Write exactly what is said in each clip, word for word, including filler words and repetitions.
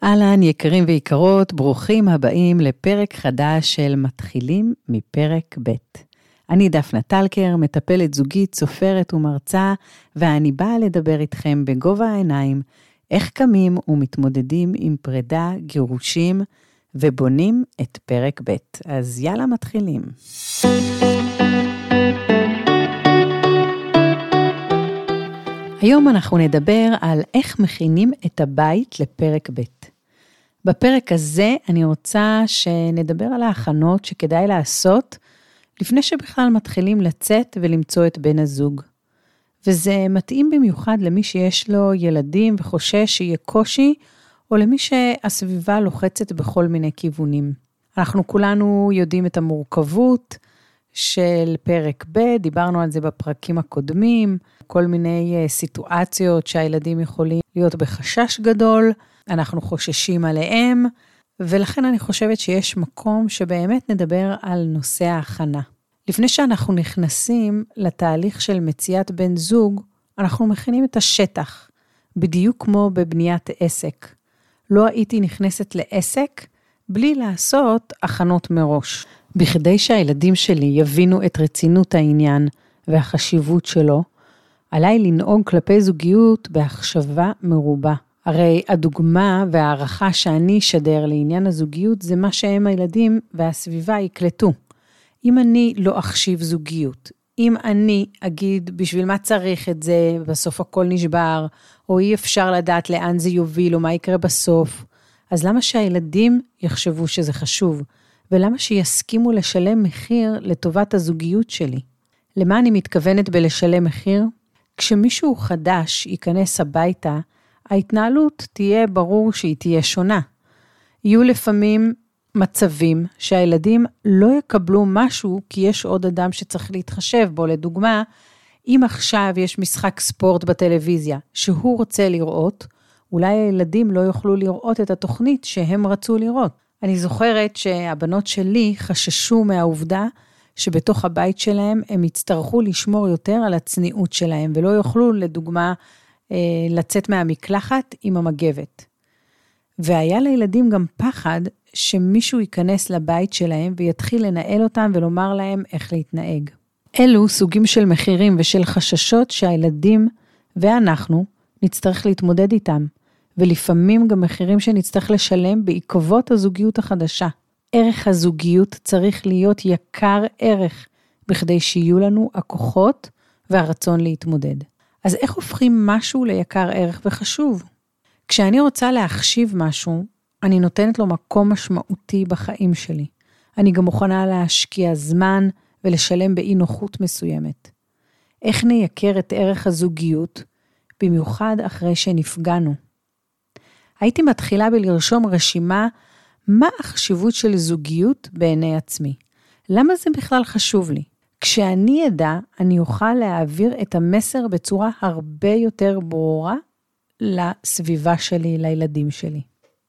אהלן יקרים ויקרות, ברוכים הבאים לפרק חדש של מתחילים מפרק ב'. אני דפנה טלקר, מטפלת זוגית, סופרת ומרצה, ואני באה לדבר איתכם בגובה העיניים, איך קמים ומתמודדים עם פרידה, גירושים, ובונים את פרק ב'. אז יאללה מתחילים. היום אנחנו נדבר על איך מכינים את הבית לפרק ב'. בפרק הזה אני רוצה שנדבר על ההכנות שכדאי לעשות לפני שבכלל מתחילים לצאת ולמצוא את בן הזוג. וזה מתאים במיוחד למי שיש לו ילדים וחושש שיהיה קושי, או למי שהסביבה לוחצת בכל מיני כיוונים. אנחנו כולנו יודעים את המורכבות של פרק ב', דיברנו על זה בפרקים הקודמים, כל מיני סיטואציות שהילדים יכולים להיות בחשש גדול, אנחנו חוששים עליהם, ולכן אני חושבת שיש מקום שבאמת נדבר על נושא ההכנה. לפני שאנחנו נכנסים לתהליך של מציאת בן זוג, אנחנו מכינים את השטח, בדיוק כמו בבניית עסק. לא הייתי נכנסת לעסק בלי לעשות הכנות מראש. בכדי שהילדים שלי יבינו את רצינות העניין והחשיבות שלו, עליי לנהוג כלפי זוגיות בהחשבה מרובה. הרי הדוגמה והערכה שאני אשדר לעניין הזוגיות זה מה שהם הילדים והסביבה יקלטו. אם אני לא אחשיב זוגיות, אם אני אגיד בשביל מה צריך את זה, בסוף הכל נשבר, או אי אפשר לדעת לאן זה יוביל או מה יקרה בסוף, אז למה שהילדים יחשבו שזה חשוב? ולמה שיסכימו לשלם מחיר לטובת הזוגיות שלי? למה אני מתכוונת בלשלם מחיר? כשמישהו חדש ייכנס הביתה, ההתנהלות תהיה ברור שהיא תהיה שונה. יהיו לפעמים מצבים שהילדים לא יקבלו משהו כי יש עוד אדם שצריך להתחשב בו. לדוגמה, אם עכשיו יש משחק ספורט בטלוויזיה שהוא רוצה לראות, אולי הילדים לא יוכלו לראות את התוכנית שהם רצו לראות. אני זוכרת שהבנות שלי חששו מהעובדה שבתוך הבית שלהם הם יצטרכו לשמור יותר על הצניעות שלהם, ולא יוכלו לדוגמה לצאת מהמקלחת עם המגבת. והיה לילדים גם פחד שמישהו ייכנס לבית שלהם ויתחיל לנהל אותם ולומר להם איך להתנהג. אלו סוגים של מחירים ושל חששות שהילדים ואנחנו נצטרך להתמודד איתם, ולפעמים גם מחירים שנצטרך לשלם בעקבות הזוגיות החדשה. ערך הזוגיות צריך להיות יקר ערך, בכדי שיהיו לנו הכוחות והרצון להתמודד. אז איך הופכים משהו ליקר ערך וחשוב? כשאני רוצה להחשיב משהו, אני נותנת לו מקום משמעותי בחיים שלי. אני גם מוכנה להשקיע זמן ולשלם באי נוחות מסוימת. איך נייקר את ערך הזוגיות, במיוחד אחרי שנפגענו? הייתי מתחילה בלרשום רשימה מה החשיבות של זוגיות בעיני עצמי. למה זה בכלל חשוב לי? כשאני אדע, אני אוכל להעביר את המסר בצורה הרבה יותר ברורה לסביבה שלי, לילדים שלי.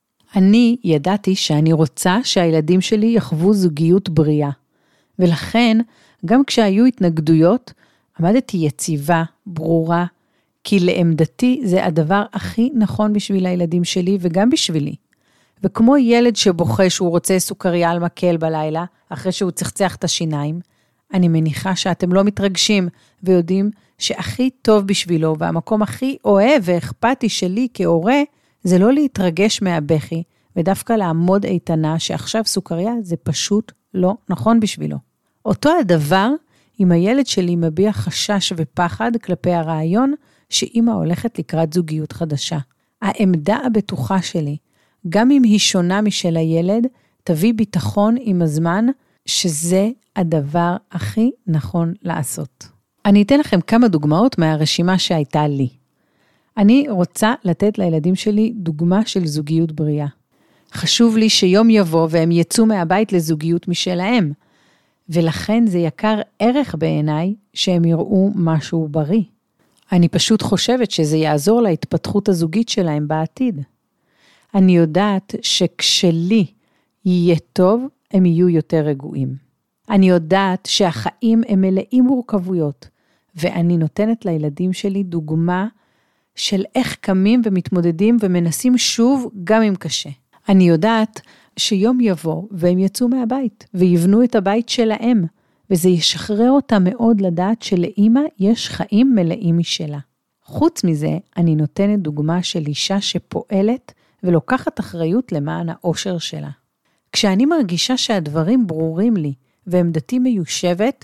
אני ידעתי שאני רוצה שהילדים שלי יחוו זוגיות בריאה, ולכן גם כשהיו התנגדויות, עמדתי יציבה, ברורה, כי לעמדתי זה הדבר הכי נכון בשביל הילדים שלי וגם בשבילי. וכמו ילד שבוכה שהוא רוצה סוכריה על מקל בלילה, אחרי שהוא צחצח את השיניים, אני מניחה שאתם לא מתרגשים ויודעים שהכי טוב בשבילו, והמקום הכי אוהב ואכפתי שלי כהורה, זה לא להתרגש מהבכי, ודווקא לעמוד איתנה שעכשיו סוכריה זה פשוט לא נכון בשבילו. אותו הדבר, אם הילד שלי מביע חשש ופחד כלפי הרעיון, שאמא הולכת לקראת זוגיות חדשה. העמדה הבטוחה שלי, גם אם היא שונה משל הילד, תביא ביטחון עם הזמן, שזה הדבר הכי נכון לעשות. אני אתן לכם כמה דוגמאות מהרשימה שהייתה לי. אני רוצה לתת לילדים שלי דוגמה של זוגיות בריאה. חשוב לי שיום יבוא והם יצאו מהבית לזוגיות משלהם, ולכן זה יקר ערך בעיניי שהם יראו משהו בריא. אני פשוט חושבת שזה יעזור להתפתחות הזוגית שלהם בעתיד. אני יודעת שכשלי יהיה טוב, הם יהיו יותר רגועים. אני יודעת שהחיים הם מלאים מורכבויות, ואני נותנת לילדים שלי דוגמה של איך קמים ומתמודדים ומנסים שוב גם אם קשה. אני יודעת שיום יבוא והם יצאו מהבית ויבנו את הבית שלהם, וזה ישחרר אותה מאוד לדעת שלאמא יש חיים מלאים משלה. חוץ מזה, אני נותנת דוגמה של אישה שפועלת ולוקחת אחריות למען האושר שלה. כשאני מרגישה שהדברים ברורים לי ועמדתי מיושבת,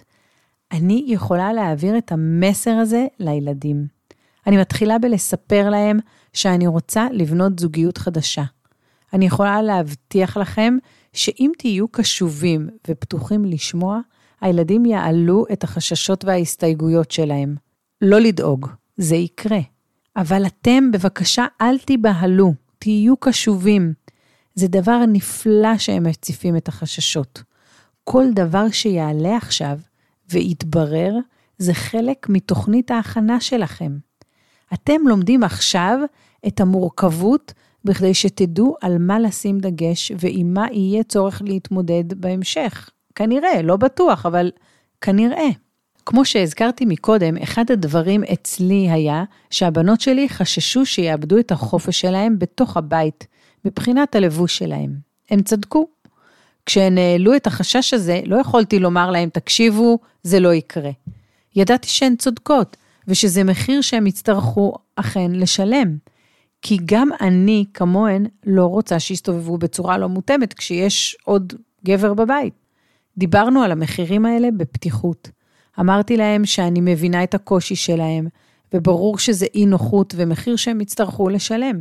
אני יכולה להעביר את המסר הזה לילדים. אני מתחילה בלספר להם שאני רוצה לבנות זוגיות חדשה. אני יכולה להבטיח לכם שאם תהיו קשובים ופתוחים לשמוע, הילדים יעלו את החששות וההסתייגויות שלהם. לא לדאוג, זה יקרה. אבל אתם בבקשה אל תיבהלו, תהיו קשובים. זה דבר נפלא שהם מציפים את החששות. כל דבר שיעלה עכשיו ויתברר, זה חלק מתוכנית ההכנה שלכם. אתם לומדים עכשיו את המורכבות, בכדי שתדעו על מה לשים דגש, ועם מה יהיה צורך להתמודד בהמשך. כנראה, לא בטוח, אבל כנראה. כמו שהזכרתי מקודם, אחד הדברים אצלי היה, שהבנות שלי חששו שיאבדו את החופש שלהם בתוך הבית, מבחינת הלבוש שלהם. הם צדקו. כשהן העלו את החשש הזה, לא יכולתי לומר להם, תקשיבו, זה לא יקרה. ידעתי שהן צודקות, ושזה מחיר שהם יצטרכו אכן לשלם. כי גם אני, כמוהן, לא רוצה שיסתובבו בצורה לא מותאמת, כשיש עוד גבר בבית. דיברנו על המחירים האלה בפתיחות. אמרתי להם שאני מבינה את הקושי שלהם, וברור שזה אי נוחות ומחיר שהם יצטרכו לשלם.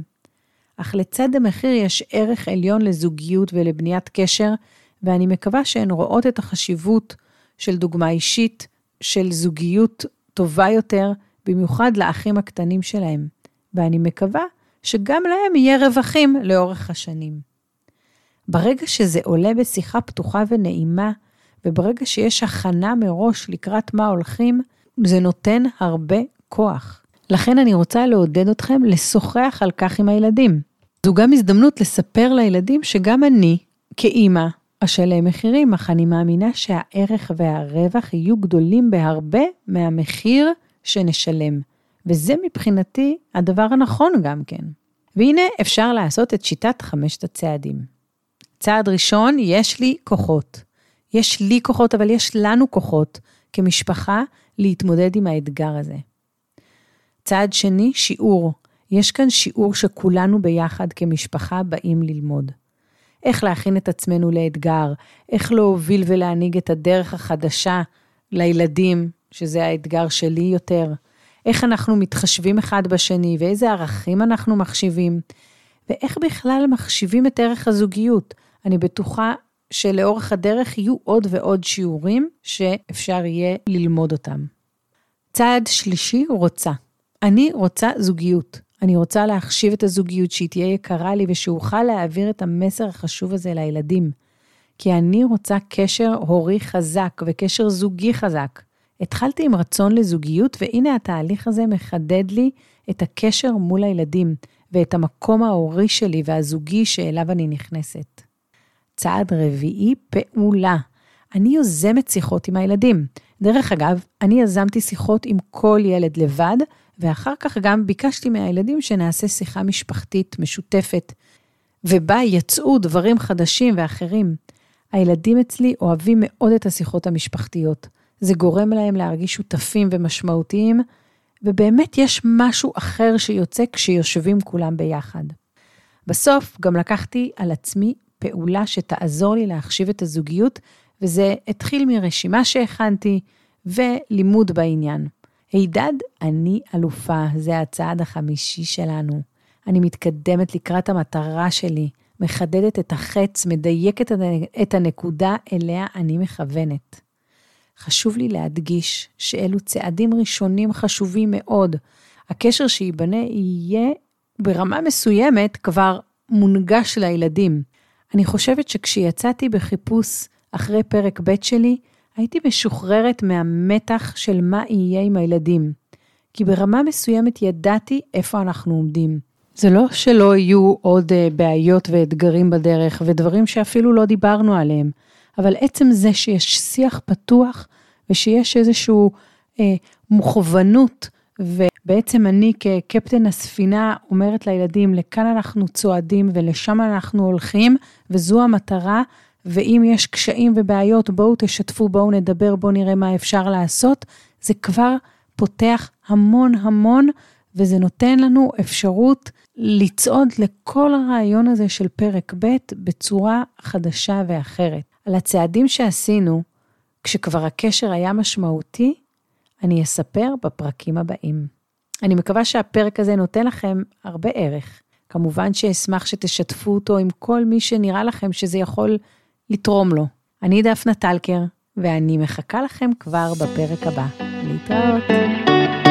אך לצד המחיר יש ערך עליון לזוגיות ולבניית קשר, ואני מקווה שהן רואות את החשיבות של דוגמה אישית, של זוגיות טובה יותר, במיוחד לאחים הקטנים שלהם. ואני מקווה שגם להם יהיה רווחים לאורך השנים. ברגע שזה עולה בשיחה פתוחה ונעימה, וברגע שיש הכנה מראש לקראת מה הולכים, זה נותן הרבה כוח. לכן אני רוצה לעודד אתכם לשוחח על כך עם הילדים. זו גם הזדמנות לספר לילדים שגם אני, כאימא, אשלם מחירים, אך אני מאמינה שהערך והרווח יהיו גדולים בהרבה מהמחיר שנשלם. וזה מבחינתי הדבר הנכון גם כן. והנה אפשר לעשות את שיטת חמשת הצעדים. צעד ראשון, יש לי כוחות. יש לי כוחות, אבל יש לנו כוחות כמשפחה להתמודד עם האתגר הזה. צעד שני, שיעור. יש כאן שיעור שכולנו ביחד כמשפחה באים ללמוד. איך להכין את עצמנו לאתגר, איך להוביל ולהניג את הדרך החדשה לילדים, שזה האתגר שלי יותר, איך אנחנו מתחשבים אחד בשני, ואיזה ערכים אנחנו מחשיבים, ואיך בכלל מחשיבים את ערך הזוגיות. אני בטוחה שלאורך הדרך יהיו עוד ועוד שיעורים שאפשר יהיה ללמוד אותם. צעד שלישי, רוצה. אני רוצה זוגיות. אני רוצה להחשיב את הזוגיות שהיא תהיה יקרה לי, ושאוכל להעביר את המסר החשוב הזה לילדים. כי אני רוצה קשר הורי חזק וקשר זוגי חזק. התחלתי עם רצון לזוגיות, והנה התהליך הזה מחדד לי את הקשר מול הילדים, ואת המקום ההורי שלי והזוגי שאליו אני נכנסת. צעד רביעי, פעולה. אני יוזמת שיחות עם הילדים. דרך אגב, אני יזמתי שיחות עם כל ילד לבד, ואחר כך גם ביקשתי מהילדים שנעשה שיחה משפחתית משותפת, ובה יצאו דברים חדשים ואחרים. הילדים אצלי אוהבים מאוד את השיחות המשפחתיות. זה גורם להם להרגיש שותפים ומשמעותיים, ובאמת יש משהו אחר שיוצא כשיושבים כולם ביחד. בסוף גם לקחתי על עצמי פעולה שתעזור לי להחשיב את הזוגיות, וזה התחיל מרשימה שהכנתי ולימוד בעניין. הידד, אני אלופה, זה הצעד החמישי שלנו. אני מתקדמת לקראת המטרה שלי, מחדדת את החץ, מדייקת את הנקודה אליה אני מכוונת. חשוב לי להדגיש שאלו צעדים ראשונים חשובים מאוד. הקשר שיבנה יהיה ברמה מסוימת כבר מונגש לילדים. אני חושבת שכשיצאתי בחיפוש אחרי פרק ב' שלי, הייתי משוחררת מהמתח של מה יהיה עם הילדים. כי ברמה מסוימת ידעתי איפה אנחנו עומדים. זה לא שלא יהיו עוד בעיות ואתגרים בדרך, ודברים שאפילו לא דיברנו עליהם. אבל עצם זה שיש שיח פתוח, ושיש איזשהו אה, מוכוונות, בעצם אני כקפטן הספינה אומרת לילדים, לכאן אנחנו צועדים ולשם אנחנו הולכים, וזו המטרה, ואם יש קשיים ובעיות, בואו תשתפו, בואו נדבר, בואו נראה מה אפשר לעשות, זה כבר פותח המון המון, וזה נותן לנו אפשרות לצעוד לכל הרעיון הזה של פרק ב' בצורה חדשה ואחרת. על הצעדים שעשינו, כשכבר הקשר היה משמעותי, אני אספר בפרקים הבאים. אני מקווה שהפרק הזה נותן לכם הרבה ערך. כמובן שאשמח שתשתפו אותו עם כל מי שנראה לכם שזה יכול לתרום לו. אני דפנה טלקר, ואני מחכה לכם כבר בפרק הבא. להתראות.